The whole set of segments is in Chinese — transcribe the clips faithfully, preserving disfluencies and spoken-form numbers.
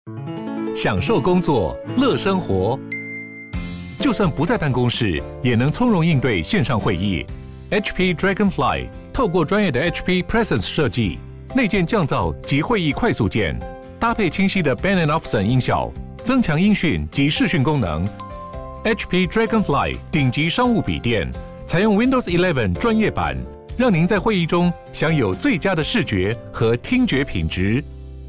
享受工作，乐生活。就算不在办公室，也能从容应对线上会议。H P Dragonfly 透过专业的 H P Presence 设计，内建降噪及会议快速键，搭配清晰的 Bang and Olufsen 音效，增强音讯及视讯功能。H P Dragonfly 顶级商务笔电，采用 Windows 十一专业版，让您在会议中享有最佳的视觉和听觉品质。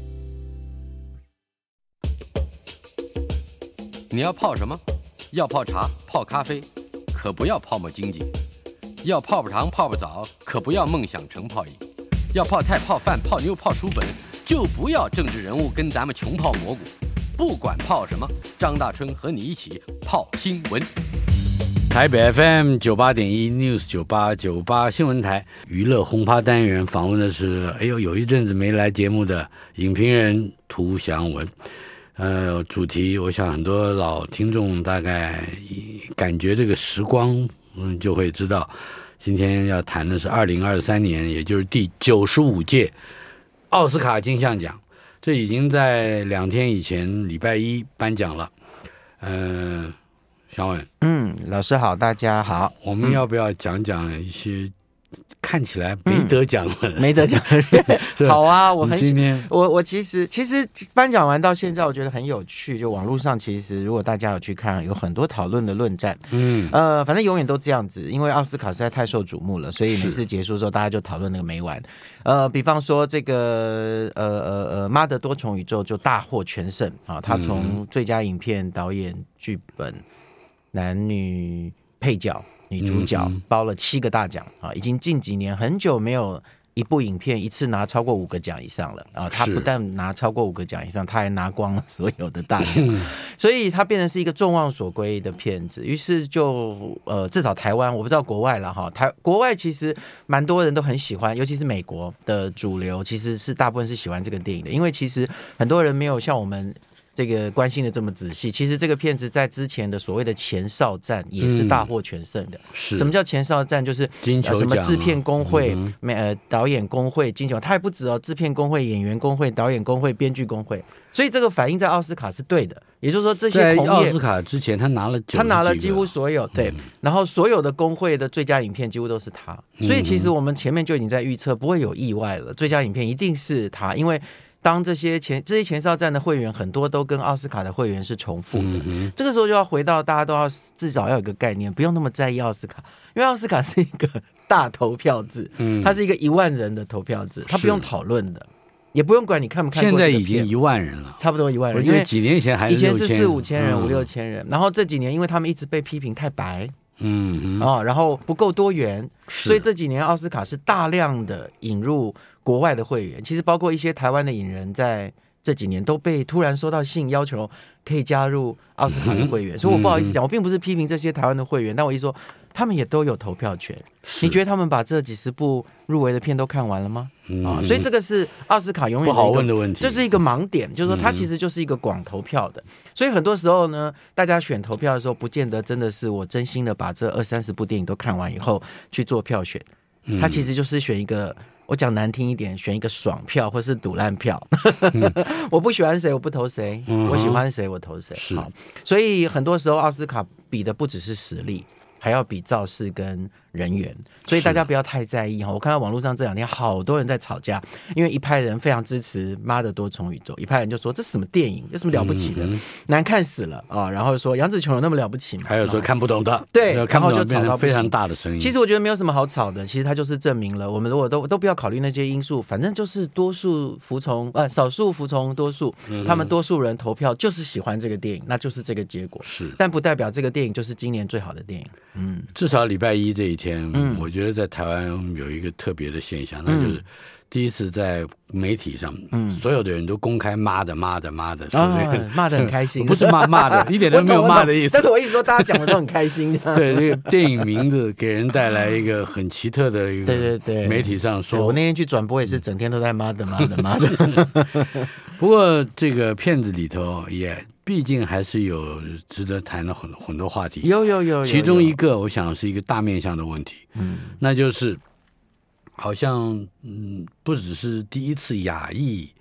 你要泡什么？要泡茶、泡咖啡，可不要泡沫经济；要泡泡糖、泡泡澡，可不要梦想成泡影；要泡菜、泡饭、泡妞、泡书本，就不要政治人物跟咱们穷泡蘑菇。不管泡什么，张大春和你一起泡新闻。 台北 F M 九八点一 News 九八九八新闻台娱乐轰趴单元访问的是，哎呦，有一阵子没来节目的影评人涂祥文。呃，主题我想很多老听众大概感觉这个时光，嗯，就会知道，今天要谈的是二零二三年，也就是第九十五届奥斯卡金像奖。这已经在两天以前，礼拜一颁奖了。呃，小文， 嗯，老师好，大家好。 我们要不要讲讲一些看起来没得奖的、 嗯、没得奖的人？好啊，我很今天我我其实其实颁奖完到现在，我觉得很有趣。就网络上其实如果大家有去看，有很多讨论的论战。嗯，呃，反正永远都这样子，因为奥斯卡实在太受瞩目了，所以每次结束之后，大家就讨论那个没完。呃，比方说这个呃呃呃，《妈的多重宇宙》就大获全胜啊！他从最佳影片、导演、剧本、男女配角、女主角包了七个大奖啊！已经近几年很久没有一部影片一次拿超过五个奖以上了啊！他不但拿超过五个奖以上，他还拿光了所有的大奖，所以他变成是一个众望所归的片子。于是就呃，至少台湾我不知道国外了哈，台国外其实蛮多人都很喜欢，尤其是美国的主流，其实是大部分是喜欢这个电影的，因为其实很多人没有像我们这个关心的这么仔细，其实这个片子在之前的所谓的前哨战也是大获全胜的。是、嗯、什么叫前哨战？就是金球奖、 呃、什么制片工会、嗯呃、导演工会、金球，它还不止哦，制片工会、演员工会、导演工会、编剧工会。所以这个反映在奥斯卡是对的，也就是说这些同业在奥斯卡之前他拿了九十几个， 他拿了几乎所有对、嗯，然后所有的工会的最佳影片几乎都是他，所以其实我们前面就已经在预测不会有意外了，最佳影片一定是他，因为当这些前这些前哨站的会员很多都跟奥斯卡的会员是重复的、嗯，这个时候就要回到大家都要至少要有一个概念，不用那么在意奥斯卡，因为奥斯卡是一个大投票制，嗯，它是一个一万人的投票制，它不用讨论的。也不用管你看不看过这个片， 现在已经一万人了， 差不多一万人。 我觉得几年前还是以前是四五千人、五六千人，然后这几年因为他们一直被批评太白，嗯哦，然后不够多元，所以这几年奥斯卡是大量的引入国外的会员，其实包括一些台湾的影人在这几年都被突然收到信要求可以加入奥斯卡的会员，嗯、所以我不好意思讲，我并不是批评这些台湾的会员，但我一说他们也都有投票权。你觉得他们把这几十部入围的片都看完了吗？嗯啊、所以这个是奥斯卡永远不好问的问题， 这是一个盲点，就是说它其实就是一个广投票的，所以很多时候呢，大家选投票的时候，不见得真的是我真心的把这二三十部电影都看完以后去做票选，它其实就是选一个。我讲难听一点，选一个爽票或是赌烂票。嗯、我不喜欢谁，我不投谁；嗯、我喜欢谁，我投谁。是，所以很多时候奥斯卡比的不只是实力，还要比造势跟人缘。所以大家不要太在意哈。我看到网络上这两天好多人在吵架，因为一派人非常支持《妈的多重宇宙》，一派人就说这是什么电影，有什么了不起的，嗯、难看死了啊！然后说杨紫琼有那么了不起吗？ 还有说看不懂的， 对， 然后就吵到非常大的声音。 其实我觉得没有什么好吵的，其实它就是证明了我们如果都都不要考虑那些因素，反正就是多数服从呃少数服从多数，嗯、他们多数人投票就是喜欢这个电影，那就是这个结果。是，但不代表这个电影就是今年最好的电影。 嗯，至少礼拜一这一天，嗯，我觉得在台湾有一个特别的现象，那就是第一次在媒体上，嗯，所有的人都公开骂的骂的骂的， 哦、骂的很开心， 不是骂骂的，一点都没有骂的意思。 但是我一直说大家讲的都很开心。 对，这个电影名字给人带来一个很奇特的一个， 对对对， 媒体上说， 我那天去转播也是整天都在骂的骂的骂的。 不过这个片子里头也。毕竟还是有值得谈的很很多话题， 有有 有, 有， 其中一个我想是一个大面向的问题，嗯，那就是好像嗯，不只是第一次亚裔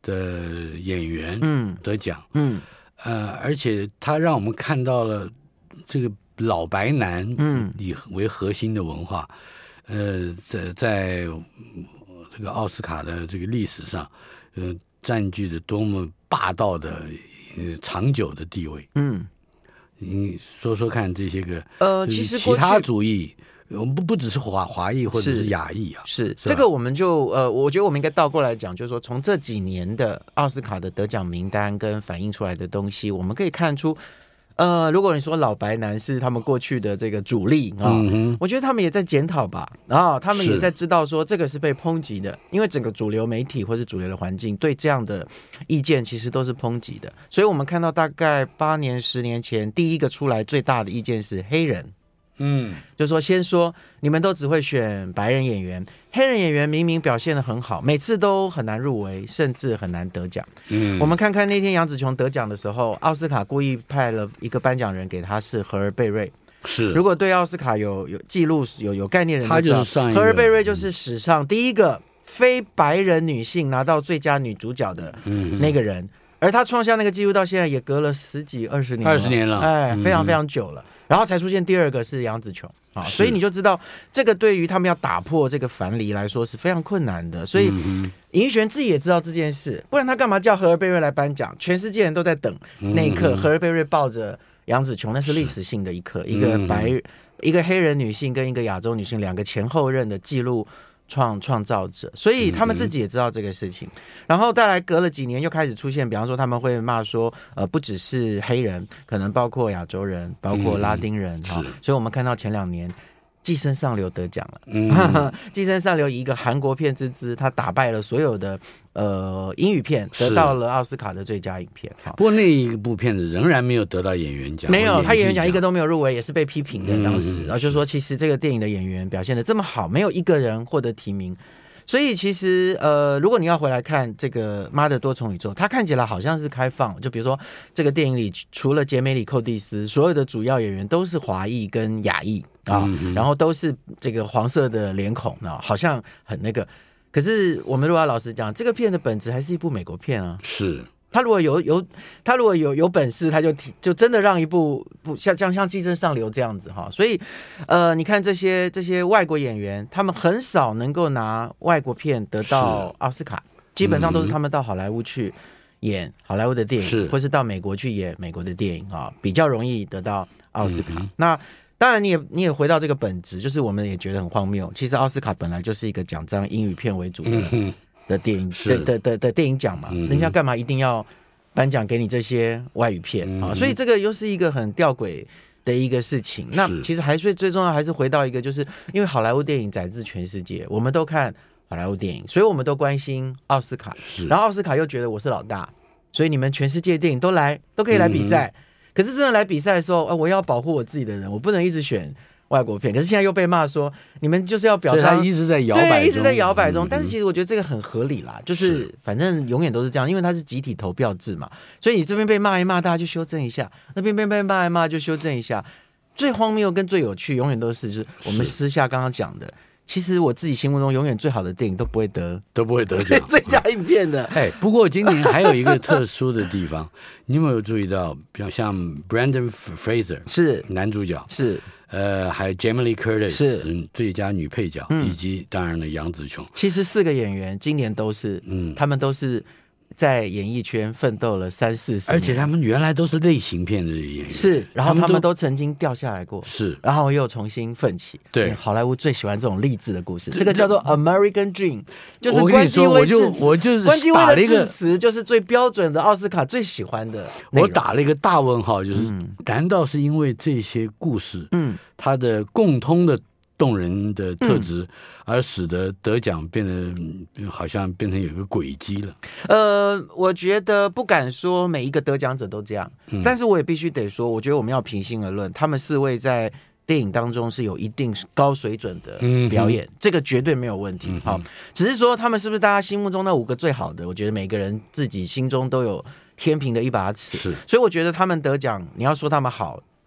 的演员嗯得奖， 嗯呃，而且他让我们看到了这个老白男嗯以为核心的文化，呃，在在这个奥斯卡的这个历史上，呃，占据着多么霸道的、呃、长久的地位。 嗯， 你说说看，这些个呃， 就是其实其他族裔，我们不不只是华华裔或者是亚裔啊， 是是这个我们就呃，我觉得我们应该倒过来讲，就是说从这几年的奥斯卡的得奖名单跟反映出来的东西，我们可以看出。呃，如果你说老白男是他们过去的这个主力啊、哦嗯，我觉得他们也在检讨吧，啊、哦，他们也在知道说这个是被抨击的，因为整个主流媒体或是主流的环境对这样的意见其实都是抨击的，所以我们看到大概八年、十年前第一个出来最大的意见是黑人。嗯，就说先说你们都只会选白人演员，黑人演员明明表现得很好，每次都很难入围，甚至很难得奖。嗯，我们看看那天杨紫琼得奖的时候，奥斯卡故意派了一个颁奖人给他是荷尔贝瑞。 是，如果对奥斯卡有有记录有有概念的人都知道， 他就是上一个荷尔贝瑞就是史上第一个非白人女性拿到最佳女主角的那个人，嗯、而他创下那个记录到现在也隔了十几二十年了， 二十年了， 哎，非常非常久了。嗯，然后才出现第二个是杨紫琼啊，所以你就知道这个对于他们要打破这个樊篱来说是非常困难的。所以尹艺璇自己也知道这件事，不然他干嘛叫荷尔贝瑞来颁奖？全世界人都在等那一刻，荷尔贝瑞抱着杨紫琼，那是历史性的一刻，一个白一个黑人女性跟一个亚洲女性两个前后任的记录创创造者，所以他们自己也知道这个事情。然后再来隔了几年又开始出现，比方说他们会骂说，呃，不只是黑人，可能包括亚洲人，包括拉丁人哈、嗯哦。所以我们看到前两年《寄生上流》得奖了，嗯，《寄生上流》以一个韩国片之姿，他打败了所有的呃英语片，得到了奥斯卡的最佳影片。 不过那一部片子仍然没有得到演员奖， 没有，他演员奖一个都没有入围，也是被批评的。当时， 嗯、 然后就说其实这个电影的演员表现得这么好，没有一个人获得提名。所以其实呃，如果你要回来看这个《妈的多重宇宙》，它看起来好像是开放，就比如说这个电影里除了杰梅里寇蒂斯，所有的主要演员都是华裔跟亚裔啊、嗯，然后都是这个黄色的脸孔啊，好像很那个。可是我们如果要老实讲，这个片的本质还是一部美国片啊。 是。 他如果有有他如果有有本事，他就就真的让一部不像像像《寄生上流》这样子哈，所以呃，你看这些这些外国演员，他们很少能够拿外国片得到奥斯卡，基本上都是他们到好莱坞去演好莱坞的电影，是或是到美国去演美国的电影啊，比较容易得到奥斯卡。嗯、那当然你也你也回到这个本质，就是我们也觉得很荒谬，其实奥斯卡本来就是一个奖章英语片为主的。嗯的电影的的的的电影奖嘛、嗯，人家干嘛一定要颁奖给你这些外语片、嗯、啊？所以这个又是一个很吊诡的一个事情。那其实还是最重要，还是回到一个，就是因为好莱坞电影载至全世界，我们都看好莱坞电影，所以我们都关心奥斯卡。然后奥斯卡又觉得我是老大，所以你们全世界电影都来，都可以来比赛。嗯、可是真的来比赛的时候，啊，我要保护我自己的人，我不能一直选外国片，可是现在又被骂说你们就是要表达， 一直在摇摆中， 对，一直在摇摆中、嗯。但是其实我觉得这个很合理啦，就是反正永远都是这样，因为它是集体投票制嘛，所以你这边被骂一骂，大家就修正一下；那边被被骂一骂，就修正一下。最荒谬跟最有趣，永远都是就是我们私下刚刚讲的。其实我自己心目中永远最好的电影都不会得， 都不会得奖最佳影片的。 哎，不过今年还有一个特殊的地方，你有没有注意到？比如像 Brendan Fraser 是男主角， 是呃，还有 Jamie Lee Curtis 是、 嗯、最佳女配角、嗯，以及当然了杨紫琼。 其实四个演员今年都是，嗯，他们都是在演艺圈奋斗了三四十年， 而且他们原来都是类型片的演员， 是，然后他们 都, 他们都曾经掉下来过， 是， 然后又重新奋起。 对， 好莱坞最喜欢这种励志的故事，这个叫做 American Dream， 就是关基威致辞，我就关基威的致辞就是最标准的奥斯卡最喜欢的。 我打了一个大问号，就是、嗯、难道是因为这些故事，嗯，它的共通的动人的特质、嗯，而使得得奖变得好像变成有一个轨迹了。 呃，我觉得不敢说每一个得奖者都这样、嗯，但是我也必须得说，我觉得我们要平心而论，他们四位在电影当中是有一定高水准的表演，嗯、这个绝对没有问题。好、嗯，只是说他们是不是大家心目中那五个最好的？我觉得每个人自己心中都有天平的一把尺， 是， 所以我觉得他们得奖，你要说他们好。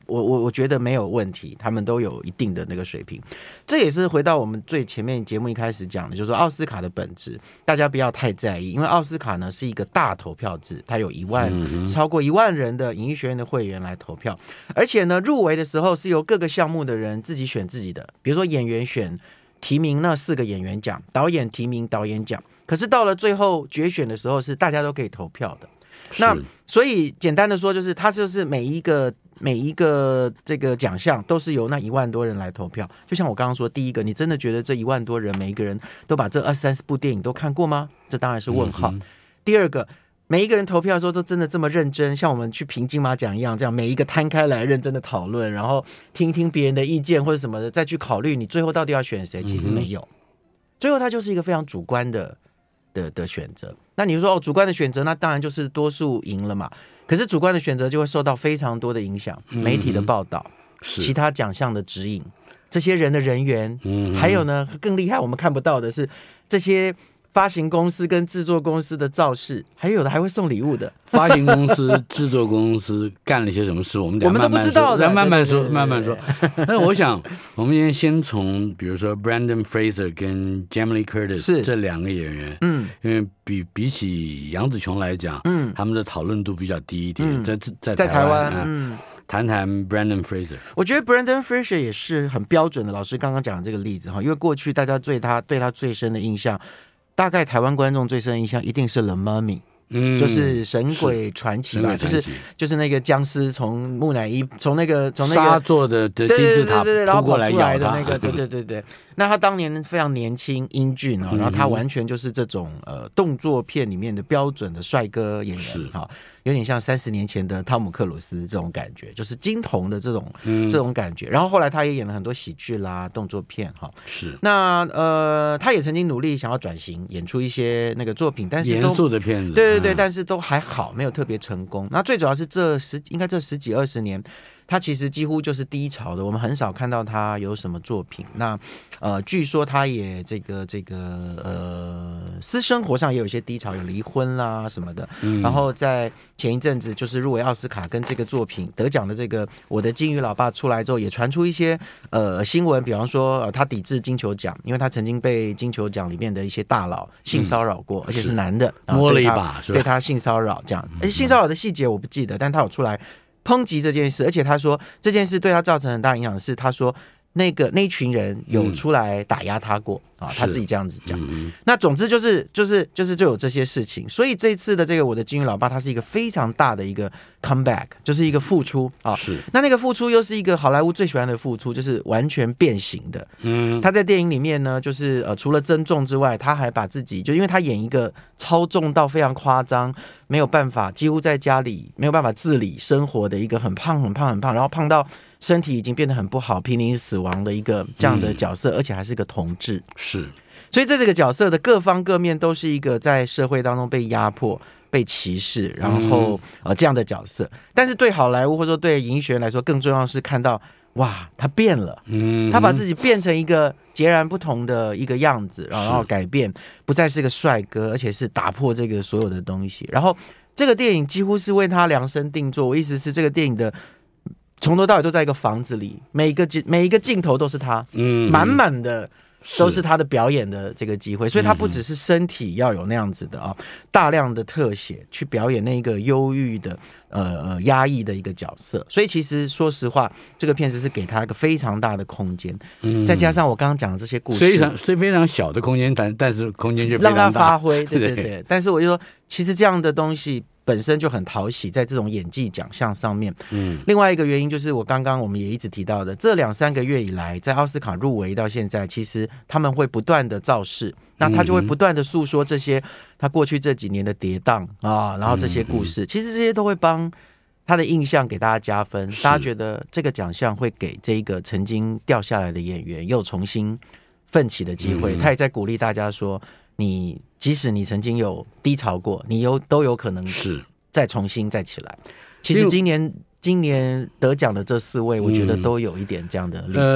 我我我觉得没有问题，他们都有一定的那个水平。这也是回到我们最前面节目一开始讲的，就是说奥斯卡的本质，大家不要太在意，因为奥斯卡呢是一个大投票制，它有一万、嗯、超过一万人的影艺学院的会员来投票，而且呢入围的时候是由各个项目的人自己选自己的，比如说演员选提名那四个演员奖，导演提名导演奖，可是到了最后决选的时候是大家都可以投票的。那所以简单的说，就是它就是每一个每一个这个奖项都是由那一万多人来投票。就像我刚刚说，第一个，你真的觉得这一万多人每一个人都把这二三十部电影都看过吗？这当然是问号。嗯、第二个，每一个人投票的时候都真的这么认真，像我们去评金马奖一样，这样每一个摊开来认真的讨论，然后听听别人的意见或者什么的，再去考虑你最后到底要选谁？其实没有，嗯、最后它就是一个非常主观的。的, 的选择，那你说哦，主观的选择，那当然就是多数赢了嘛。可是主观的选择就会受到非常多的影响，媒体的报道、嗯、其他奖项的指引，这些人的人缘，嗯，还有呢更厉害，我们看不到的是这些发行公司跟制作公司的造势，还有的还会送礼物的。 发行公司、制作公司干了些什么事，我们等一下慢慢说，我们都不知道的，慢慢说，慢慢说。那我想，我们今天先从比如说 Brendan Fraser 跟 Jamie Lee Curtis 这两个演员，嗯，因为比比起杨紫琼来讲，嗯，他们的讨论度比较低一点，嗯、在在在台湾， 嗯。谈谈 Brendan Fraser， 我觉得 Brendan Fraser 也是很标准的。老师刚刚讲的这个例子哈，因为过去大家对他对他最深的印象，大概台湾观众最深的印象一定是 The Mummy。嗯，就是神鬼传奇吧，就是就是那个僵尸从木乃伊从那个从那个沙做的的金字塔扑过来咬他， 那个对对对对。那他当年非常年轻英俊哦，然后他完全就是这种呃动作片里面的标准的帅哥演员哈，有点像三十年前的汤姆克鲁斯这种感觉，就是金童的这种、嗯、这种感觉。然后后来他也演了很多喜剧啦、动作片哈。 是。 那呃，他也曾经努力想要转型，演出一些那个作品，但是严肃的片子。 对对对，但是都还好，没有特别成功。那最主要是这十应该这十几二十年，他其实几乎就是低潮的，我们很少看到他有什么作品。那呃，据说他也这个这个呃，私生活上也有一些低潮，有离婚啦什么的。嗯、然后在前一阵子就是入围奥斯卡跟这个作品得奖的这个《我的金鱼老爸》出来之后，也传出一些呃新闻，比方说、呃、他抵制金球奖，因为他曾经被金球奖里面的一些大佬性骚扰过，嗯、而且是男的， 摸了一把， 对他性骚扰这样。而且性骚扰的细节我不记得，但他有出来抨击这件事，而且他说这件事对他造成很大影响的是，他说那个那一群人有出来打压他过、嗯、啊，他自己这样子讲。嗯、那总之就是就是就是就有这些事情，所以这次的这个我的金鱼老爸，它是一个非常大的一个 comeback， 就是一个复出啊。是。那那个复出又是一个好莱坞最喜欢的复出，就是完全变形的。嗯。他在电影里面呢，就是呃除了增重之外，他还把自己就因为他演一个超重到非常夸张，没有办法几乎在家里没有办法自理生活的一个很胖很胖很胖，然后胖到身体已经变得很不好，濒临死亡的一个这样的角色，嗯、而且还是个同志。 是， 所以这这个角色的各方各面都是一个在社会当中被压迫、被歧视，然后、嗯、呃这样的角色。但是对好莱坞或者说对影艺学院来说，更重要的是看到哇，他变了，嗯，他把自己变成一个截然不同的一个样子，然后改变，不再是个帅哥，而且是打破这个所有的东西。然后这个电影几乎是为他量身定做。我意思是，这个电影的从头到尾都在一个房子里，每一个每一个镜头都是他，嗯，满满的都是他的表演的这个机会，所以他不只是身体要有那样子的啊，大量的特写去表演那个忧郁的呃呃压抑的一个角色。所以其实说实话，这个片子是给他一个非常大的空间，嗯，再加上我刚刚讲的这些故事， 非常虽非常小的空间，但但是空间就非常大， 让他发挥，对对对。对但是我就说，其实这样的东西本身就很讨喜，在这种演技奖项上面。嗯，另外一个原因就是我刚刚我们也一直提到的，这两三个月以来，在奥斯卡入围到现在，其实他们会不断的造势，那他就会不断的诉说这些他过去这几年的跌宕啊，然后这些故事，其实这些都会帮他的印象给大家加分，大家觉得这个奖项会给这个曾经掉下来的演员又重新奋起的机会，他也在鼓励大家说，你即使你曾经有低潮过，你有都有可能是再重新再起来。其实今年今年得奖的这四位，我觉得都有一点这样的例子。 呃，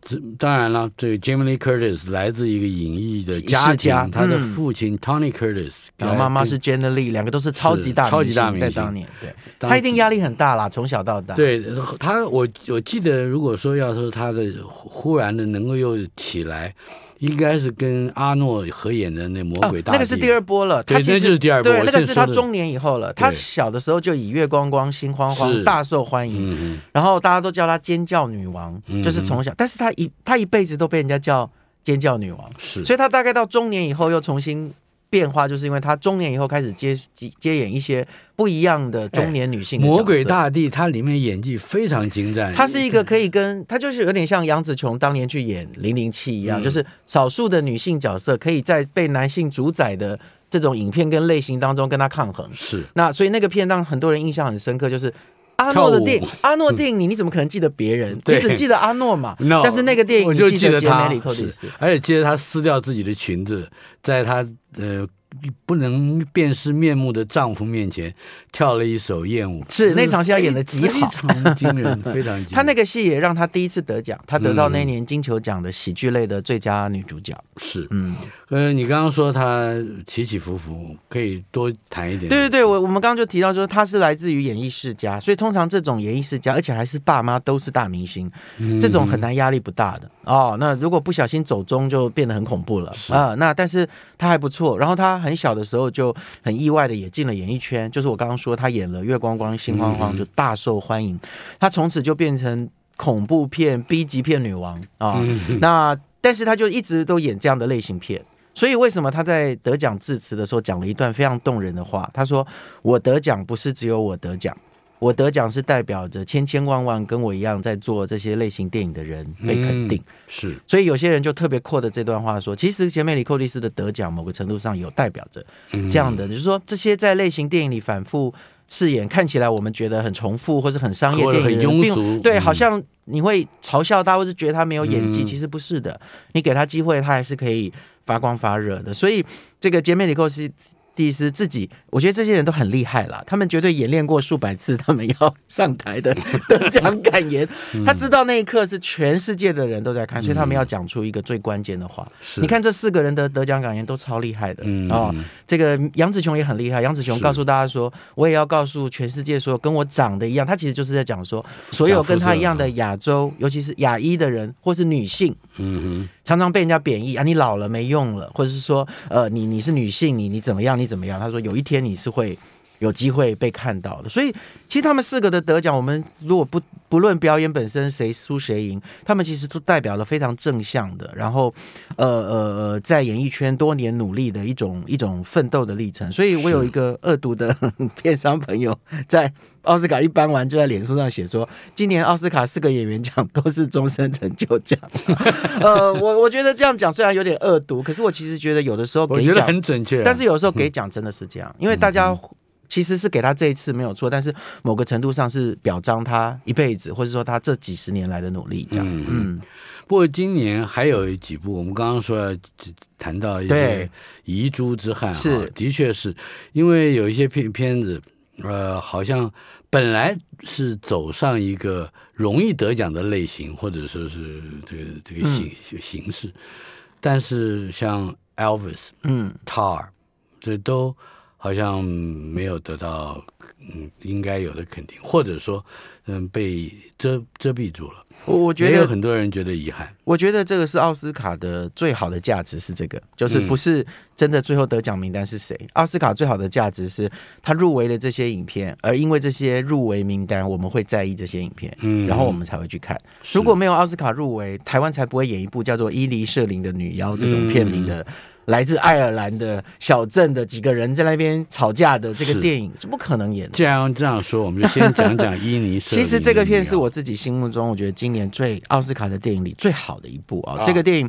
当然了，这个 Jamie Lee Curtis 来自一个影艺的家庭，家他的父亲 Tony Curtis，、嗯、 然后妈妈是 Janet Leigh， 两个都是超级大超级大明星， 在当年，对，他一定压力很大啦，从小到大。 对他，我我记得，如果说要说他的忽然的能够又起来。应该是跟阿诺合演的那《魔鬼大地》、哦， 那个是第二波了。 对， 他其实那就是第二波。 对，那个是他中年以后了。他小的时候就以月光光、心慌慌大受欢迎、嗯，然后大家都叫他尖叫女王，嗯、就是从小。但是他一他一辈子都被人家叫尖叫女王， 是。 所以他大概到中年以后又重新变化，就是因为他中年以后开始接接演一些不一样的中年女性的角色。 魔鬼大地，她里面演技非常精湛。 她是一个可以跟她就是有点像杨紫琼当年去演零零七一样、嗯，就是少数的女性角色可以在被男性主宰的这种影片跟类型当中跟她抗衡。 是。 那所以那个片让很多人印象很深刻，就是阿诺的电影，阿诺电影你你怎么可能记得别人？你只记得阿诺嘛？ no, 但是那个电影你就记得杰梅里寇蒂斯， 而且记得她撕掉自己的裙子，在她呃。不能辨识面目的丈夫面前跳了一首艳舞， 是那场戏要演得极好， 非常惊人，非常惊人。 他那个戏也让他第一次得奖，他得到那一年金球奖的喜剧类的最佳女主角。 是，嗯，呃，你刚刚说他起起伏伏，可以多谈一点。 对对对，我我们刚刚就提到说他是来自于演艺世家，所以通常这种演艺世家，而且还是爸妈都是大明星，嗯、这种很难压力不大的哦。那如果不小心走中，就变得很恐怖了啊、呃。那但是他还不错，然后他很小的时候就很意外的也进了演艺圈，就是我刚刚说他演了《月光光心慌慌》就大受欢迎，他从此就变成恐怖片 B 级片女王啊、哦。那但是他就一直都演这样的类型片，所以为什么他在得奖致辞的时候讲了一段非常动人的话？他说：“我得奖不是只有我得奖。”我得奖是代表着千千万万跟我一样在做这些类型电影的人被肯定、嗯、 是， 所以有些人就特别quote的这段话说，其实杰梅里寇蒂斯的得奖某个程度上有代表着这样的、嗯、就是说这些在类型电影里反复饰演看起来我们觉得很重复或是很商业电影很庸俗， 对、嗯、好像你会嘲笑他或是觉得他没有演技、嗯、其实不是的，你给他机会他还是可以发光发热的。所以这个杰梅里寇蒂斯蒂斯自己，我觉得这些人都很厉害啦，他们绝对演练过数百次他们要上台的得奖感言、嗯、他知道那一刻是全世界的人都在看、嗯、所以他们要讲出一个最关键的话。你看这四个人的得奖感言都超厉害的、嗯哦、这个杨紫琼也很厉害，杨紫琼告诉大家说，我也要告诉全世界说跟我长得一样，他其实就是在讲说所有跟他一样的亚洲尤其是亚裔的人或是女性，嗯哼，常常被人家贬义啊，你老了没用了，或者是说呃你你是女性，你你怎么样你怎么样，他说有一天你是会有机会被看到的。所以其实他们四个的得奖，我们如果不不论表演本身谁输谁赢，他们其实都代表了非常正向的，然后呃呃呃在演艺圈多年努力的一种一种奋斗的历程。所以我有一个恶毒的片商朋友在奥斯卡一颁完就在脸书上写说，今年奥斯卡四个演员奖都是终身成就奖。呃，我我觉得这样讲虽然有点恶毒，可是我其实觉得有的时候给奖我觉得很准确、啊， 但是有时候给奖真的是这样，因为大家其实是给他这一次没有错，但是某个程度上是表彰他一辈子，或者说他这几十年来的努力这样。嗯，嗯不过今年还有几部，我们刚刚说要谈到一些遗珠之憾，是的确是因为有一些片片子。呃，好像本来是走上一个容易得奖的类型，或者说是这个这个形、嗯、形式，但是像 Elvis、嗯 Tar 这都好像没有得到嗯应该有的肯定，或者说嗯被遮遮蔽住了。 我觉得也有很多人觉得遗憾。 我觉得这个是奥斯卡的最好的价值是这个，就是不是真的最后得奖名单是谁、嗯、奥斯卡最好的价值是他入围了这些影片，而因为这些入围名单我们会在意这些影片、嗯、然后我们才会去看。如果没有奥斯卡入围，台湾才不会演一部叫做伊犁舍林的女妖这种片名的、嗯来自爱尔兰的小镇的几个人在那边吵架的这个电影，是不可能演的。 既然这样说，我们就先讲讲伊尼舍林。 其实这个片是我自己心目中，我觉得今年最奥斯卡的电影里最好的一部啊、哦。这个电影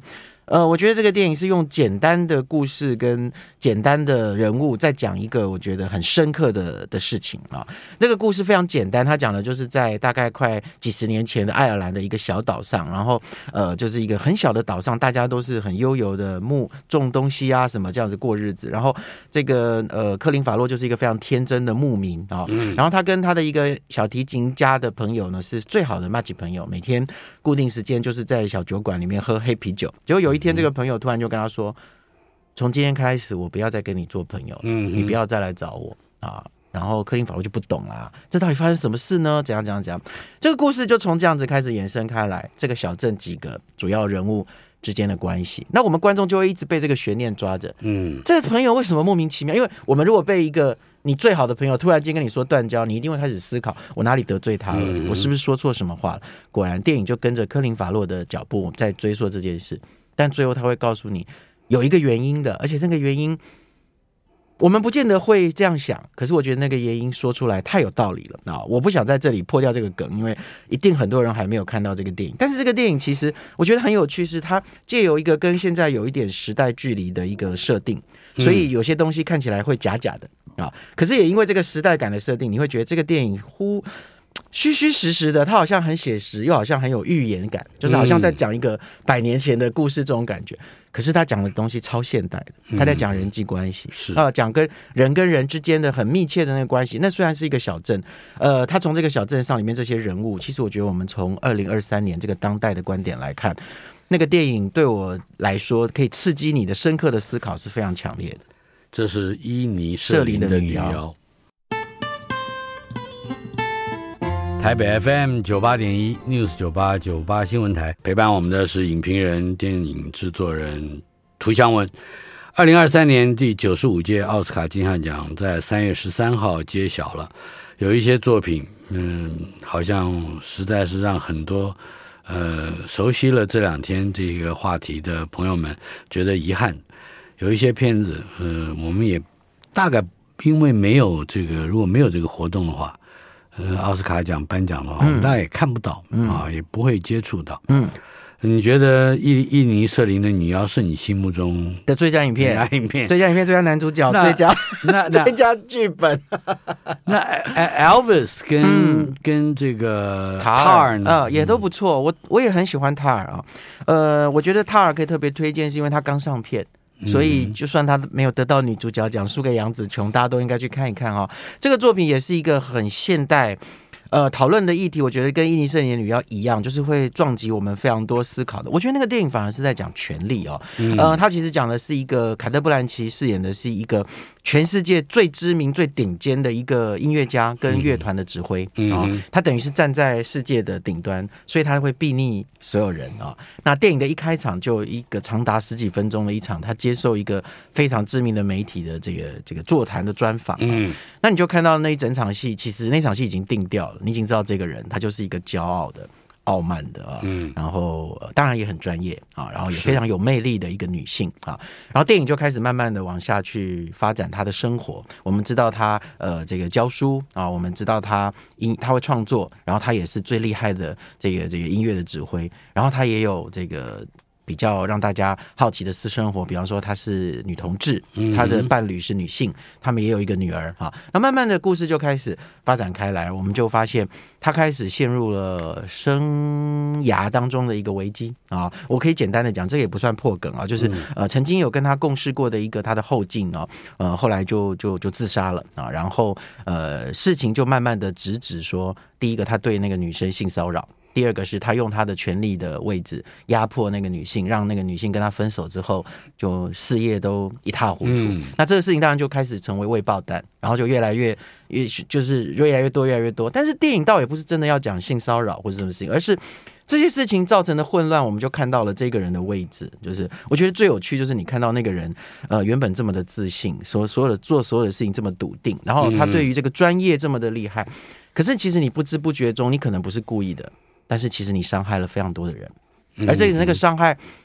呃，我觉得这个电影是用简单的故事跟简单的人物，在讲一个我觉得很深刻的的事情啊。这个故事非常简单，它讲的就是在大概快几十年前的爱尔兰的一个小岛上，然后呃，就是一个很小的岛上，大家都是很悠游的牧种东西啊什么这样子过日子。然后这个呃，科林法洛就是一个非常天真的牧民啊，然后他跟他的一个小提琴家的朋友呢是最好的麻吉朋友，每天固定时间就是在小酒馆里面喝黑啤酒。结果有一天，这个朋友突然就跟他说：“从今天开始，我不要再跟你做朋友，嗯，你不要再来找我啊。”然后科林法洛就不懂啦，这到底发生什么事呢？怎样怎样怎样？这个故事就从这样子开始延伸开来，这个小镇几个主要人物之间的关系，那我们观众就会一直被这个悬念抓着。嗯，这个朋友为什么莫名其妙？因为我们如果被一个你最好的朋友突然间跟你说断交，你一定会开始思考，我哪里得罪他了？嗯、我是不是说错什么话了？果然，电影就跟着科林法洛的脚步在追溯这件事。但最后他会告诉你有一个原因的，而且那个原因我们不见得会这样想，可是我觉得那个原因说出来太有道理了啊！我不想在这里破掉这个梗，因为一定很多人还没有看到这个电影。但是这个电影其实我觉得很有趣，是它借由一个跟现在有一点时代距离的一个设定，所以有些东西看起来会假假的啊。可是也因为这个时代感的设定，你会觉得这个电影忽虚虚实实的，它好像很写实，又好像很有预言感，就是好像在讲一个百年前的故事这种感觉。可是他讲的东西超现代的，他在讲人际关系，是啊，讲跟人跟人之间的很密切的那个关系。那虽然是一个小镇，呃，他从这个小镇上里面这些人物，其实我觉得我们从二零二三年这个当代的观点来看，那个电影对我来说可以刺激你的深刻的思考是非常强烈的。 这是伊尼舍林的女妖。台北 F M 九八点一 News 九八九八新闻台，陪伴我们的是影评人、电影制作人涂湘文。二零二三年第九十五届奥斯卡金像奖在三月十三号揭晓了，有一些作品，嗯，好像实在是让很多呃熟悉了这两天这个话题的朋友们觉得遗憾。有一些片子，呃，我们也大概因为没有这个，如果没有这个活动的话。呃，奥斯卡奖颁奖的话，我们大家也看不到、嗯、啊，也不会接触到。嗯，你觉得伊伊尼舍林的女妖是你心目中的最佳影片？ 最佳影片、 最佳影片、最佳男主角、最佳那最佳剧本？ 那 Elvis 跟、嗯、跟这个塔尔呢、 呃，也都不错。我我也很喜欢塔尔啊。呃，我觉得塔尔可以特别推荐，是因为他刚上片。所以就算他没有得到女主角奖，输给杨紫琼，大家都应该去看一看哦。这个作品也是一个很现代呃讨论的议题，我觉得跟伊尼舍林的女妖一样，就是会撞击我们非常多思考的。我觉得那个电影反而是在讲权力哦，嗯、呃，他其实讲的是一个凯特·布兰奇饰演的是一个全世界最知名、最顶尖的一个音乐家跟乐团的指挥啊、嗯哦，他等于是站在世界的顶端，所以他会睥睨所有人啊、哦。那电影的一开场就有一个长达十几分钟的一场，他接受一个非常知名的媒体的这个这个座谈的专访、哦，嗯，那你就看到那一整场戏，其实那场戏已经定掉了，你已经知道这个人他就是一个骄傲的。傲慢的啊，嗯，然后、呃、当然也很专业啊，然后也非常有魅力的一个女性啊，然后电影就开始慢慢的往下去发展她的生活。我们知道她呃这个教书啊，我们知道她音她会创作，然后她也是最厉害的这个这个音乐的指挥，然后她也有这个。比较让大家好奇的私生活，比方说她是女同志，她的伴侣是女性，他们也有一个女儿哈。那慢慢的故事就开始发展开来，我们就发现她开始陷入了生涯当中的一个危机啊。我可以简单的讲，这个也不算破梗啊，就是呃曾经有跟她共事过的一个她的后进啊，呃后来就就就自杀了啊。然后呃事情就慢慢的直指说，第一个他对那个女生性骚扰。第二个是他用他的权力的位置压迫那个女性，让那个女性跟他分手之后，就事业都一塌糊涂。嗯、那这个事情当然就开始成为未爆弹，然后就越来越越就是越来越多越来越多。但是电影倒也不是真的要讲性骚扰或者什么事情，而是这些事情造成的混乱，我们就看到了这个人的位置。就是我觉得最有趣就是你看到那个人，呃，原本这么的自信，所所有的做所有的事情这么笃定，然后他对于这个专业这么的厉害，可是其实你不知不觉中，你可能不是故意的。但是其实你伤害了非常多的人，而这个那个伤害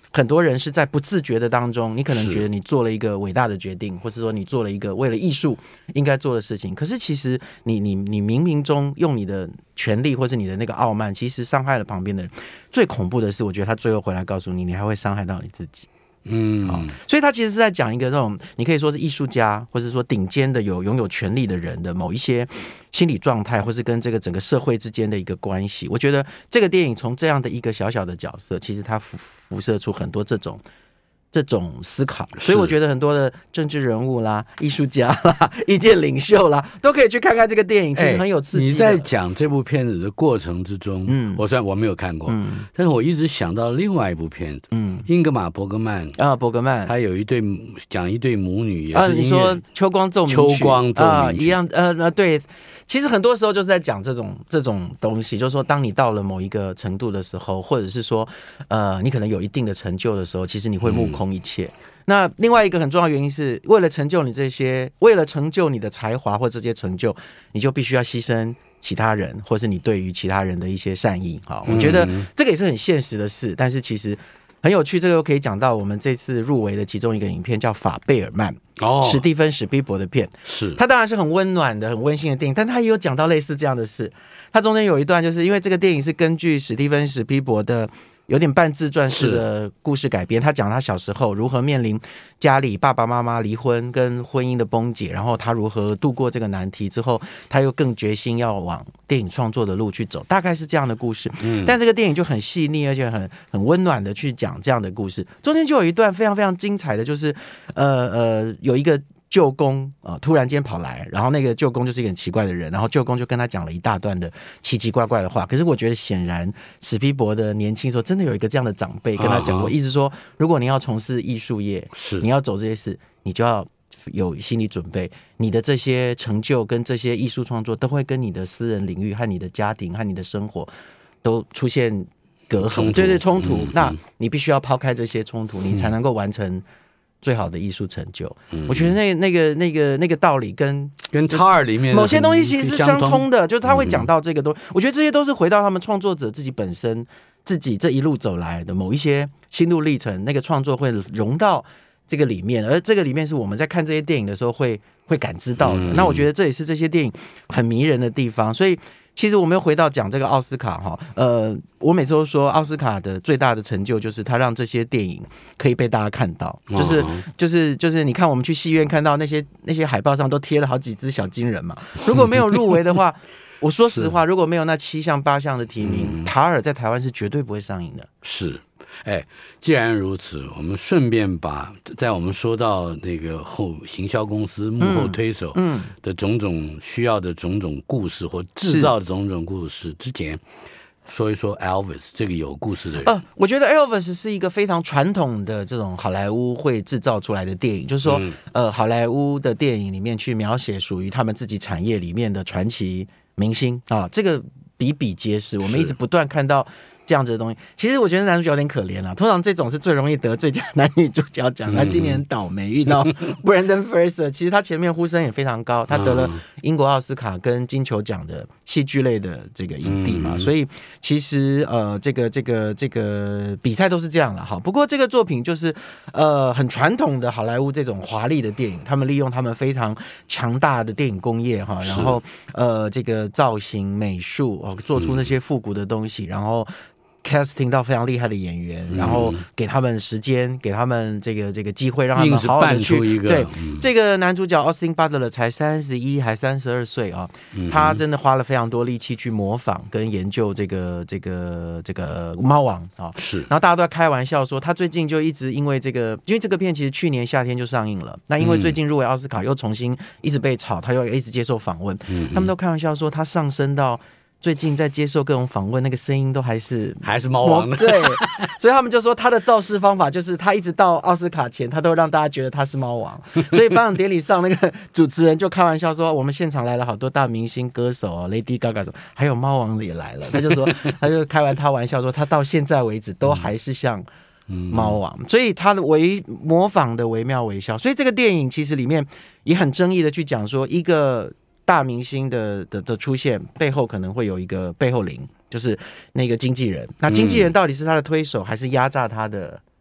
很多人是在不自觉的当中，你可能觉得你做了一个伟大的决定，或是说你做了一个为了艺术应该做的事情，可是其实你你你冥冥中用你的权力或是你的那个傲慢，其实伤害了旁边的人。最恐怖的是，我觉得他最后回来告诉你，你还会伤害到你自己。嗯、哦，所以他其实是在讲一个这种，你可以说是艺术家，或者说顶尖的有拥有权力的人的某一些心理状态，或是跟这个整个社会之间的一个关系。我觉得这个电影从这样的一个小小的角色，其实它辐辐射出很多这种。这种思考，所以我觉得很多的政治人物啦、艺术家啦、意见领袖啦，都可以去看看这个电影，其实很有刺激的、欸。 你在讲这部片子的过程之中，嗯，我虽然我没有看过，嗯，但是我一直想到另外一部片子，嗯，英格玛·伯格曼啊， 伯格曼， 他有一对讲一对母女，也是啊，你说秋光奏鸣曲， 秋光奏鸣曲、 啊、一样，呃呃，对。其实很多时候就是在讲这种这种东西，就是说，当你到了某一个程度的时候，或者是说，呃，你可能有一定的成就的时候，其实你会目空一切。嗯、那另外一个很重要的原因是，为了成就你这些，为了成就你的才华或这些成就，你就必须要牺牲其他人，或是你对于其他人的一些善意。好，我觉得这个也是很现实的事，但是其实很有趣。这个又可以讲到我们这次入围的其中一个影片，叫《法贝尔曼》。哦，史蒂芬·史匹柏的片， 是他当然是很温暖的、很温馨的电影，但他也有讲到类似这样的事。他中间有一段，就是因为这个电影是根据史蒂芬·史匹柏的有点半自传式的故事改编，他讲他小时候如何面临家里爸爸妈妈离婚跟婚姻的崩解，然后他如何度过这个难题之后，他又更决心要往电影创作的路去走，大概是这样的故事。嗯，但这个电影就很细腻，而且很很温暖的去讲这样的故事。中间就有一段非常非常精彩的，就是呃呃有一个舅公啊、呃，突然间跑来，然后那个舅公就是一个很奇怪的人，然后舅公就跟他讲了一大段的奇奇怪怪的话。可是我觉得显然史匹柏的年轻时候真的有一个这样的长辈跟他讲过，意思说，如果你要从事艺术业，是你要走这些事，你就要有心理准备，你的这些成就跟这些艺术创作都会跟你的私人领域和你的家庭和你的生活都出现隔阂，对对冲突、嗯。那你必须要抛开这些冲突，你才能够完成最好的艺术成就、嗯、我觉得那那个那个那个道理跟跟塔尔里面某些东西其实是相通的，就是他会讲到这个东西、嗯、我觉得这些都是回到他们创作者自己本身自己这一路走来的某一些心路历程，那个创作会融到这个里面，而这个里面是我们在看这些电影的时候会会感知到的、嗯、那我觉得这也是这些电影很迷人的地方。所以其实我们又回到讲这个奥斯卡哈，呃，我每次都说奥斯卡的最大的成就就是他让这些电影可以被大家看到，就是就是就是你看我们去戏院看到那些那些海报上都贴了好几只小金人嘛，如果没有入围的话，我说实话，如果没有那七项八项的提名，塔尔在台湾是绝对不会上映的。 是。哎，既然如此，我们顺便把在我们说到那个后行销公司幕后推手的种种需要的种种故事、嗯、或制造的种种故事之前，说一说 Elvis 这个有故事的人。 呃，我觉得 Elvis 是一个非常传统的这种好莱坞会制造出来的电影，就是说、嗯、呃，好莱坞的电影里面去描写属于他们自己产业里面的传奇明星啊，这个比比皆是，我们一直不断看到这样子的东西。其实我觉得男主角有点可怜啦，通常这种是最容易得最佳男女主角奖，他今年很倒霉遇到 Brendan Fraser， 其实他前面呼声也非常高，他得了英国奥斯卡跟金球奖的戏剧类的这个影帝嘛，所以其实呃这个这个这个比赛都是这样了哈。不过这个作品就是呃很传统的好莱坞这种华丽的电影，他们利用他们非常强大的电影工业哈，然后呃这个造型美术哦做出那些复古的东西，然后casting 到非常厉害的演员、嗯、然后给他们时间，给他们这个这个机会，让他们好好的去一个对、 嗯、 这个男主角 Austin Butler 才三十一还三十二岁啊、嗯，他真的花了非常多力气去模仿跟研究这个这个这个猫王啊， 是。 然后大家都在开玩笑说，他最近就一直因为这个，因为这个片其实去年夏天就上映了，那因为最近入围奥斯卡又重新一直被炒，他又一直接受访问、嗯，他们都开玩笑说他上升到。最近在接受各种访问，那个声音都还是还是猫王的， 对，所以他们就说他的造势方法就是他一直到奥斯卡前，他都让大家觉得他是猫王。所以颁奖典礼上，那个主持人就开玩笑说，我们现场来了好多大明星歌手啊 ，Lady Gaga 什么，还有猫王也来了。他就说，他就开完他玩笑说，他到现在为止都还是像猫王，所以他的微模仿的惟妙惟肖。所以这个电影其实里面也很争议的去讲说一个。大明星 的, 的, 的出现背后可能会有一个背后灵，就是那个经纪人。那经纪人到底是他的推手，还是压榨他的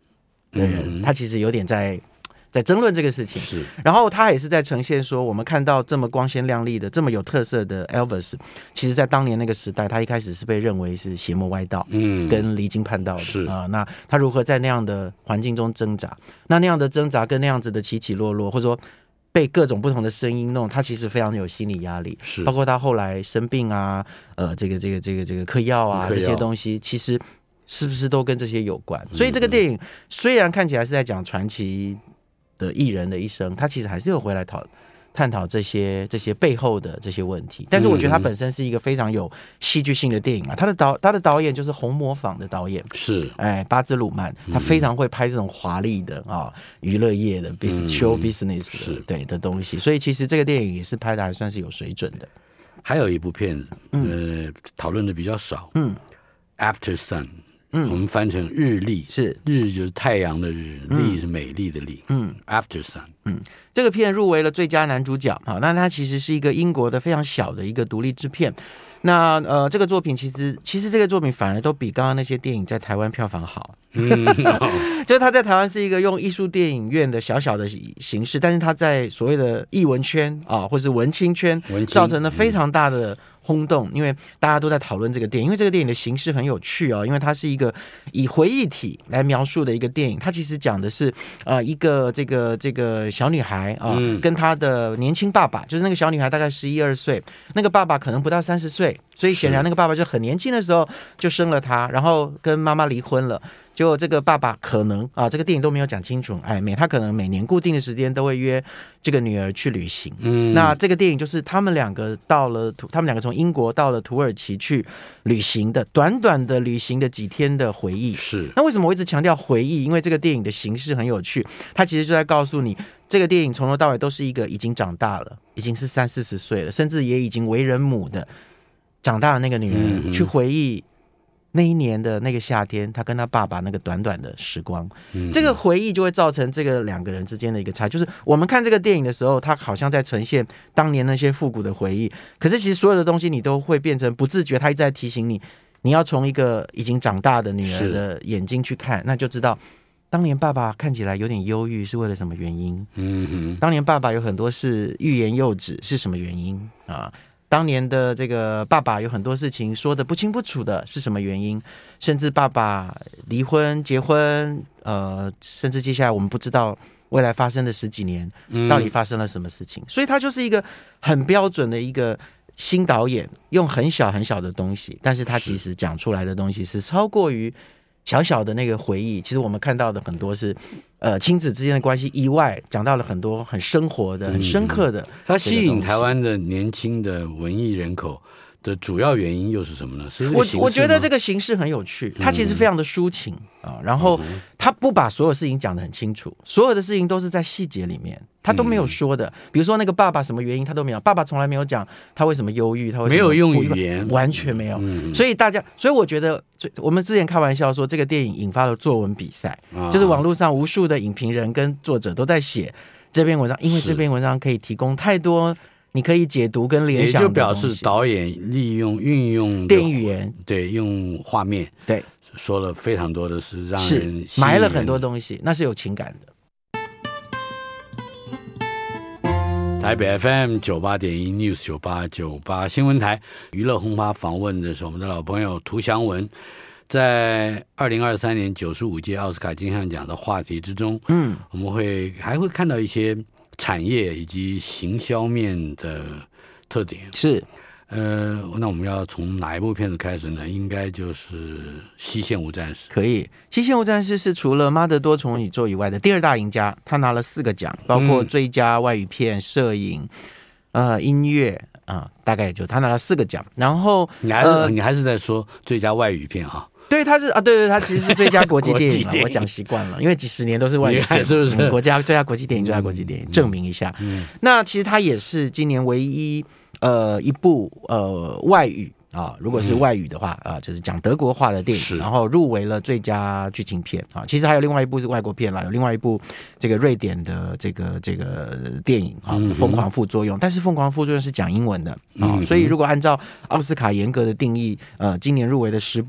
的人，嗯、他其实有点在在争论这个事情。 是， 然后他也是在呈现说，我们看到这么光鲜亮丽的、这么有特色的 Elvis， 其实在当年那个时代，他一开始是被认为是邪魔歪道，嗯，跟离经叛道的。 是啊、呃，那他如何在那样的环境中挣扎？那那样的挣扎跟那样子的起起落落，或者说被各种不同的声音弄，他其实非常有心理压力， 是包括他后来生病啊，呃，这个这个这个这个嗑药啊，这些东西，其实是不是都跟这些有关？所以这个电影虽然看起来是在讲传奇的艺人的一生，他其实还是有回来讨探讨这些这些背后的这些问题。但是我觉得他本身是一个非常有戏剧性的电影啊，他的导他的导演就是红磨坊的导演， 是哎巴兹鲁曼，他非常会拍这种华丽的啊娱乐业的 business show business 的、嗯、对的东西，所以其实这个电影也是拍的还算是有水准的。 还有一部片子，呃，讨论的比较少，嗯 ，After Sun。嗯，我们翻成日丽， 是日就是太阳的日，丽是美丽的丽。嗯 ，After Sun， 嗯，这个片入围了最佳男主角啊。那它其实是一个英国的非常小的一个独立制片。那呃，这个作品其实其实这个作品反而都比刚刚那些电影在台湾票房好。嗯，就是它在台湾是一个用艺术电影院的小小的形式，但是它在所谓的艺文圈啊，或是文青圈，造成了非常大的轰动，因为大家都在讨论这个电影，因为这个电影的形式很有趣哦，因为它是一个以回忆体来描述的一个电影，它其实讲的是呃一个这个这个小女孩啊、呃嗯，跟她的年轻爸爸，就是那个小女孩大概十一二岁，那个爸爸可能不到三十岁，所以显然那个爸爸就很年轻的时候就生了她，然后跟妈妈离婚了。结果这个爸爸可能啊，这个电影都没有讲清楚，哎，每他可能每年固定的时间都会约这个女儿去旅行。嗯，那这个电影就是他们两个到了，他们两个从英国到了土耳其去旅行的，短短的旅行的几天的回忆。 是。 那为什么我一直强调回忆？因为这个电影的形式很有趣，它其实就在告诉你，这个电影从头到尾都是一个已经长大了，已经是三四十岁了，甚至也已经为人母的长大的那个女人、嗯、去回忆。那一年的那个夏天，他跟他爸爸那个短短的时光、嗯、这个回忆就会造成这个两个人之间的一个差，就是我们看这个电影的时候，他好像在呈现当年那些复古的回忆，可是其实所有的东西你都会变成不自觉，他一直在提醒你，你要从一个已经长大的女儿的眼睛去看，那就知道当年爸爸看起来有点忧郁是为了什么原因，嗯哼，当年爸爸有很多是欲言又止是什么原因啊？当年的这个爸爸有很多事情说得不清不楚的是什么原因，甚至爸爸离婚结婚，呃，甚至接下来我们不知道未来发生的十几年到底发生了什么事情、嗯、所以他就是一个很标准的一个新导演，用很小很小的东西，但是他其实讲出来的东西是超过于小小的那个回忆，其实我们看到的很多是呃亲子之间的关系以外，讲到了很多很生活的、很深刻的、嗯。 它吸引台湾的年轻的文艺人口的主要原因又是什么呢？是这个形式吗？我我觉得这个形式很有趣，它其实非常的抒情、嗯、啊，然后他不把所有事情讲得很清楚，所有的事情都是在细节里面。他都没有说的、嗯，比如说那个爸爸什么原因他都没有，爸爸从来没有讲他为什么忧郁，他为什么没有用语言， 完全没有、嗯。所以大家，所以我觉得，我们之前开玩笑说，这个电影引发了作文比赛、啊，就是网络上无数的影评人跟作者都在写这篇文章，因为这篇文章可以提供太多你可以解读跟联想的东西， 也就表示导演利用运用电影语言， 对，用画面， 对， 说了非常多的是让人是埋了很多东西，那是有情感的。 台北 F M 九八点一 News 九八九八新闻台娱乐轰趴访问的是我们的老朋友涂祥文，在二零二三年九十五届奥斯卡金像奖的话题之中，嗯，我们会还会看到一些产业以及行销面的特点。 是， 呃，那我们要从哪一部片子开始呢？应该就是《西线无战士》。 可以，《西线无战士》是除了《妈的多重宇宙》以外的第二大赢家，他拿了四个奖，包括最佳外语片、摄影、呃音乐啊、呃，大概也就他拿了四个奖。然后你还是、呃、你还是在说最佳外语片啊？ 对，他是啊，对对，他其实是最佳国际电影嘛，我讲习惯了，因为几十年都是外语片， 是不是、 嗯？国家最佳国际电影，最佳国际电影，嗯、证明一下、嗯。那其实他也是今年唯一呃一部呃外语啊，如果是外语的话啊、呃，就是讲德国话的电影，然后入围了最佳剧情片啊。其实还有另外一部是外国片啦，有另外一部这个瑞典的这个这个电影啊，《疯狂副作用》，但是《疯狂副作用》是讲英文的啊，所以如果按照奥斯卡严格的定义，呃，今年入围的十部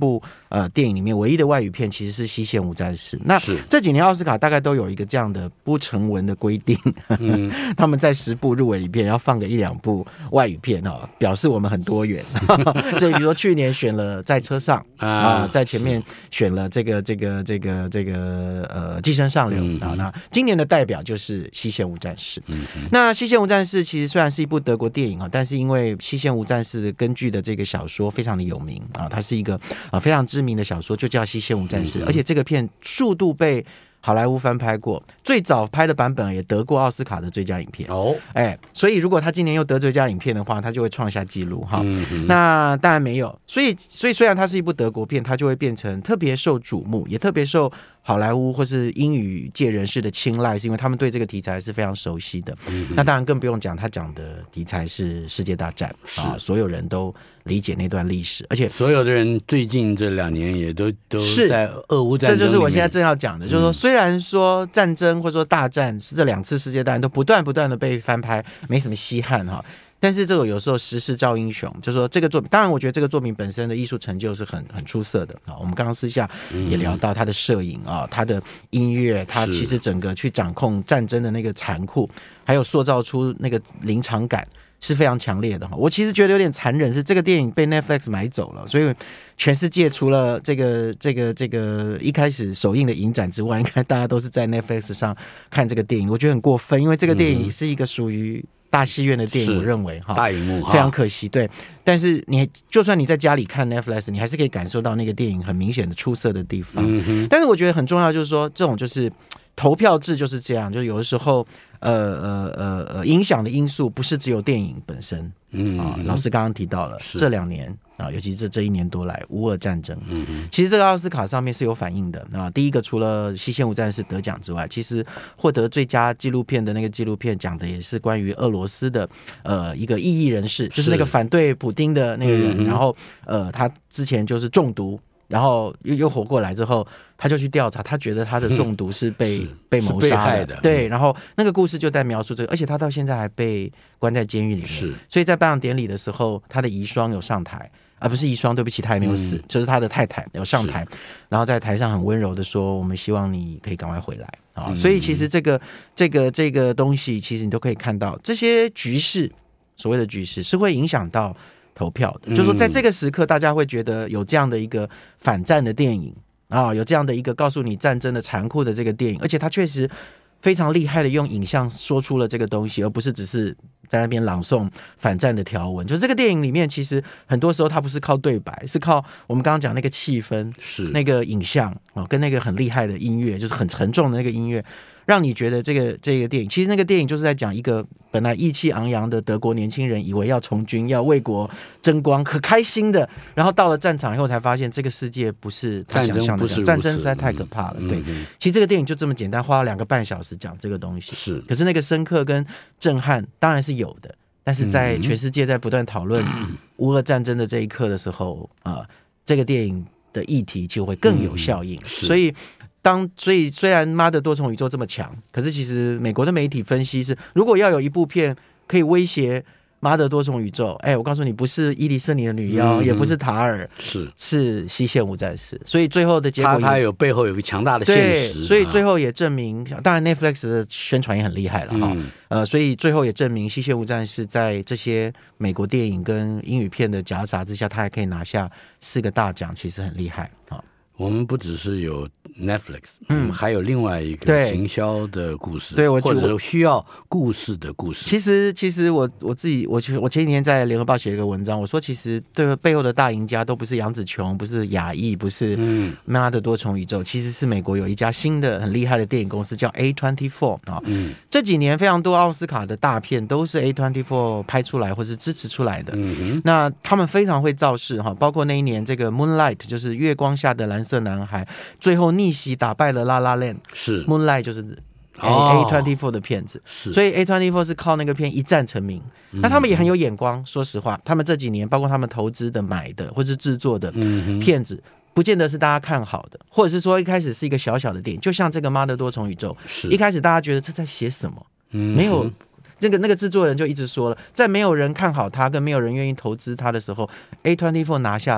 呃，电影里面唯一的外语片其实是《西线无战事》。那这几年奥斯卡大概都有一个这样的不成文的规定，嗯、他们在十部入围影片要放个一两部外语片哦，表示我们很多元。所以比如说去年选了《在车上》啊，在前面选了这个这个这个这个呃《寄生上流》啊，那今年的代表就是《西线无战事》。嗯、那《西线无战事》其实虽然是一部德国电影啊，但是因为《西线无战事》根据的这个小说非常的有名啊，它是一个啊非常知名的小说，就叫《西线无战事》，而且这个片数度被好莱坞翻拍过，最早拍的版本也得过奥斯卡的最佳影片哦，哎，所以如果他今年又得最佳影片的话，他就会创下纪录哈。嗯、那当然没有，所以所以虽然它是一部德国片，它就会变成特别受瞩目，也特别受好莱坞或是英语界人士的青睐，是因为他们对这个题材是非常熟悉的。嗯、那当然更不用讲，他讲的题材是世界大战啊，所有人都理解那段历史，而且所有的人最近这两年也都都在俄乌战争里面， 这就是我现在正要讲的，就是说虽然说战争或者说大战是这两次世界大战都不断不断的被翻拍，没什么稀罕哈。但是这个有时候时势造英雄，就是说这个作品，当然我觉得这个作品本身的艺术成就是很很出色的啊。我们刚刚私下也聊到他的摄影啊，他的音乐，他其实整个去掌控战争的那个残酷，还有塑造出那个临场感是非常强烈的。我其实觉得有点残忍，是这个电影被 Netflix 买走了，所以全世界除了这个这个这个一开始首映的影展之外，应该大家都是在 Netflix 上看这个电影。我觉得很过分，因为这个电影是一个属于大戏院的电影，我认为哈， 大荧幕非常可惜。对，但是你就算你在家里看 Netflix， 你还是可以感受到那个电影很明显的出色的地方。嗯、但是我觉得很重要，就是说这种就是投票制就是这样，就有的时候呃呃呃呃影响的因素不是只有电影本身。嗯啊，老师刚刚提到了这两年啊，尤其是这一年多来乌俄战争，嗯，其实这个奥斯卡上面是有反应的啊。第一个，除了《西线无战事》得奖之外，其实获得最佳纪录片的那个纪录片讲的也是关于俄罗斯的呃一个异议人士，就是那个反对普丁的那个人，然后呃他之前就是中毒。然后又又活过来之后，他就去调查，他觉得他的中毒是被、嗯、被谋杀 的, 的，对。然后那个故事就在描述这个，而且他到现在还被关在监狱里面。是，所以在颁奖典礼的时候，他的遗孀有上台，而、啊、不是遗孀，对不起，他还没有死，嗯、就是他的太太有上台，然后在台上很温柔的说：“我们希望你可以赶快回来。”啊，所以其实这个这个这个东西，其实你都可以看到，这些局势，所谓的局势是会影响到投票的，就是说在这个时刻，大家会觉得有这样的一个反战的电影啊，有这样的一个告诉你战争的残酷的这个电影，而且它确实非常厉害的用影像说出了这个东西，而不是只是在那边朗诵反战的条文。就是这个电影里面，其实很多时候它不是靠对白，是靠我们刚刚讲那个气氛，是那个影像啊，跟那个很厉害的音乐，就是很沉重的那个音乐。让你觉得这个这个电影，其实那个电影就是在讲一个本来意气昂扬的德国年轻人，以为要从军、要为国争光，可开心的，然后到了战场以后才发现，这个世界不是他想象的，战争实在太可怕了。嗯、对，嗯、其实这个电影就这么简单，花了两个半小时讲这个东西。是，可是那个深刻跟震撼当然是有的，但是在全世界在不断讨论乌俄战争的这一刻的时候啊、呃，这个电影的议题就会更有效应。嗯、所以。当所以虽然妈的多重宇宙这么强，可是其实美国的媒体分析是，如果要有一部片可以威胁妈的多重宇宙，哎，我告诉你，不是伊迪丝尼的女妖，嗯、也不是塔尔，是是西线无战事。所以最后的结果，它有背后有个强大的现实，所以最后也证明，当然 Netflix 的宣传也很厉害了哈、嗯，呃，所以最后也证明西线无战事在这些美国电影跟英语片的夹杂之下，它还可以拿下四个大奖，其实很厉害啊。 我们不只是有 Netflix， 嗯，还有另外一个行销的故事，对，我或者需要故事的故事。 其实，其实我我自己，我我前几天在联合报写了一个文章，我说其实对背后的大赢家都不是杨紫琼，不是亚裔，不是妈的多重宇宙，其实是美国有一家新的很厉害的电影公司叫 A 二十四 啊。嗯，这几年非常多奥斯卡的大片都是 A 二十四 拍出来或是支持出来的。嗯哼，那他们非常会造势哈，包括那一年这个 Moonlight 就是月光下的蓝色男孩，最后逆袭打败了 La La Land， 是 Moonlight 就是 A 二十四 的片子，是，所以 A 二十四 是靠那个片一战成名。嗯、那他们也很有眼光，说实话，他们这几年包括他们投资的、买的或是制作的片子，嗯、不见得是大家看好的，或者是说一开始是一个小小的电影，就像这个妈的多重宇宙，一开始大家觉得这在写什么，嗯、没有。那个那个制作人就一直说了，在没有人看好他跟没有人愿意投资他的时候， A 二十四 拿下了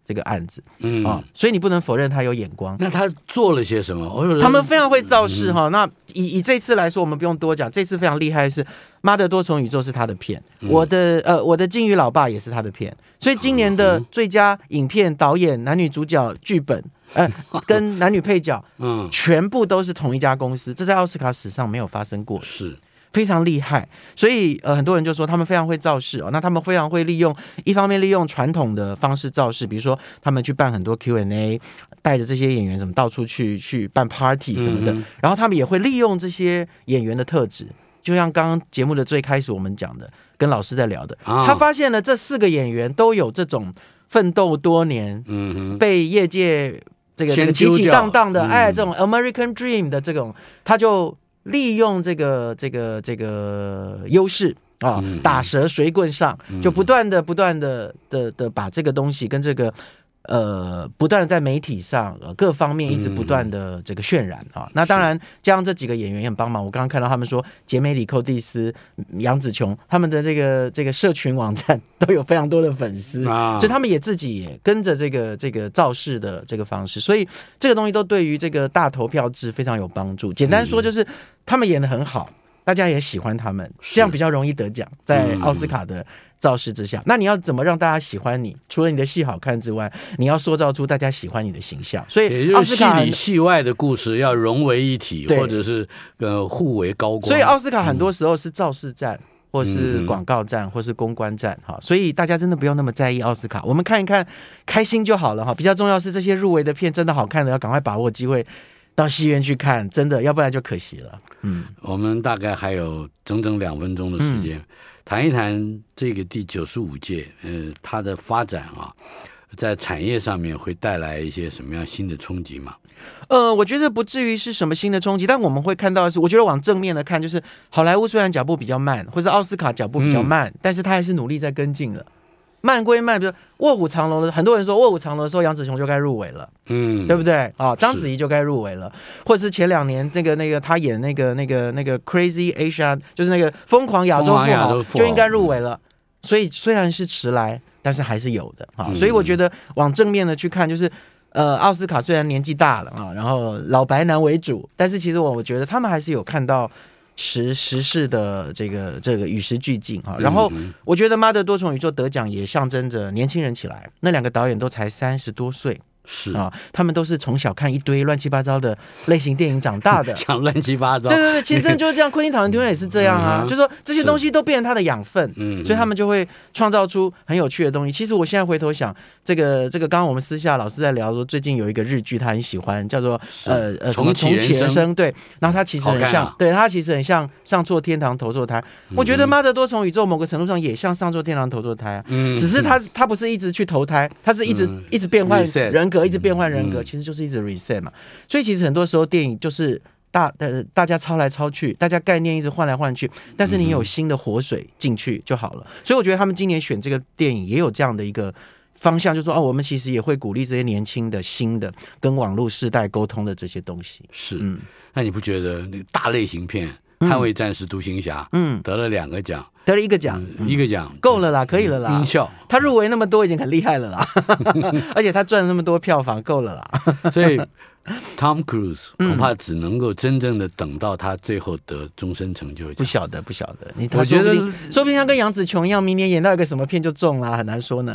这个案子， 嗯啊、哦，所以你不能否认他有眼光。 那他做了些什么？ 他们非常会造势哈、嗯。那以以这次来说，我们不用多讲，这次非常厉害的是《妈的多重宇宙》是他的片，嗯、我的呃我的金鱼老爸也是他的片，所以今年的最佳影片、导演、男女主角、剧本，呃，跟男女配角，嗯，全部都是同一家公司，这在奥斯卡史上没有发生过， 是。 非常厉害，所以呃，很多人就说他们非常会造势哦。那他们非常会利用，一方面利用传统的方式造势，比如说他们去办很多 Q and A， 带着这些演员什么到处去去办 party 什么的、嗯，然后他们也会利用这些演员的特质，就像刚刚节目的最开始我们讲的，跟老师在聊的，哦、他发现了这四个演员都有这种奋斗多年，嗯，被业界这个这个起起荡荡的，哎，这种 American Dream 的这种，他就。利用这个这个这个优势啊，打蛇随棍上，就不断的不断的的的把这个东西跟这个呃不断的在媒体上、呃、各方面一直不断的这个渲染啊。那当然加上这几个演员也很帮忙，我刚刚看到他们说杰梅里寇蒂斯、杨紫琼他们的这个这个社群网站都有非常多的粉丝，所以他们也自己也跟着这个这个造势的这个方式，所以这个东西都对于这个大投票制非常有帮助。简单说就是。他们演得很好，大家也喜欢他们，这样比较容易得奖，在奥斯卡的造势之下、嗯、那你要怎么让大家喜欢你？除了你的戏好看之外，你要塑造出大家喜欢你的形象，所以也就是戏里戏外的故事要融为一体，或者是呃互为高光。 所以奥斯卡很多时候是造势战、嗯、或是广告战、嗯、或是公关战，所以大家真的不用那么在意奥斯卡，我们看一看开心就好了，比较重要是这些入围的片真的好看的要赶快把握机会到戏院去看，真的，要不然就可惜了。嗯， 我们大概还有整整两分钟的时间，嗯、谈一谈这个第九十五届，呃，它的发展啊，在产业上面会带来一些什么样新的冲击吗？ 呃，我觉得不至于是什么新的冲击，但我们会看到的是，我觉得往正面的看，就是好莱坞虽然脚步比较慢，或者奥斯卡脚步比较慢，嗯、但是他还是努力在跟进了。慢归慢，比如卧虎藏龙的，很多人说卧虎藏龙的时候，杨紫琼就该入围了，嗯，对不对？啊、哦，章子怡就该入围了，或者是前两年这个那个他演那个那个那个 Crazy Asia， 就是那个疯狂亚洲富豪就应该入围了。所以虽然是迟来，但是还是有的啊、嗯。所以我觉得往正面的去看，就是呃，奥斯卡虽然年纪大了啊，然后老白男为主，但是其实我我觉得他们还是有看到。时时事的这个这个与时俱进啊，然后我觉得《妈的多重宇宙》得奖也象征着年轻人起来，那两个导演都才三十多岁。 是啊，他们都是从小看一堆乱七八糟的类型电影长大的， 讲乱七八糟。 对对对，其实真的就是这样。昆汀·塔伦蒂诺也是这样啊，嗯、就说这些东西都变成他的养分，嗯，所以他们就会创造出很有趣的东西。其实我现在回头想，这个这个，刚刚我们私下老师在聊说，最近有一个日剧他很喜欢，叫做呃呃什么重启人生，对，然后他其实很像，啊、对他其实很像上错天堂投错胎。嗯、我觉得《妈的多重宇宙》某个程度上也像上错天堂投错胎啊，嗯，只是他他不是一直去投胎，他是一直、嗯、一直变换人格。一直变换人格、嗯，其实就是一直 reset 嘛。所以其实很多时候电影就是大呃大家抄来抄去，大家概念一直换来换去，但是你有新的活水进去就好了。所以我觉得他们今年选这个电影也有这样的一个方向，就是说哦，我们其实也会鼓励这些年轻的、新的跟网络世代沟通的这些东西。 是，嗯，那你不觉得那个大类型片《捍卫战士》、《独行侠》嗯得了两个奖？ 得了一个奖、 嗯，一个奖够了啦，可以了啦。 音效， 他入围那么多已经很厉害了啦，而且他赚了那么多票房，够了啦。 所以 Tom Cruise 恐怕只能够真正的等到他最后得终身成就奖。 不晓得，不晓得。你我觉得，说不定他跟杨紫琼一样，明年演到一个什么片就中了，很难说呢。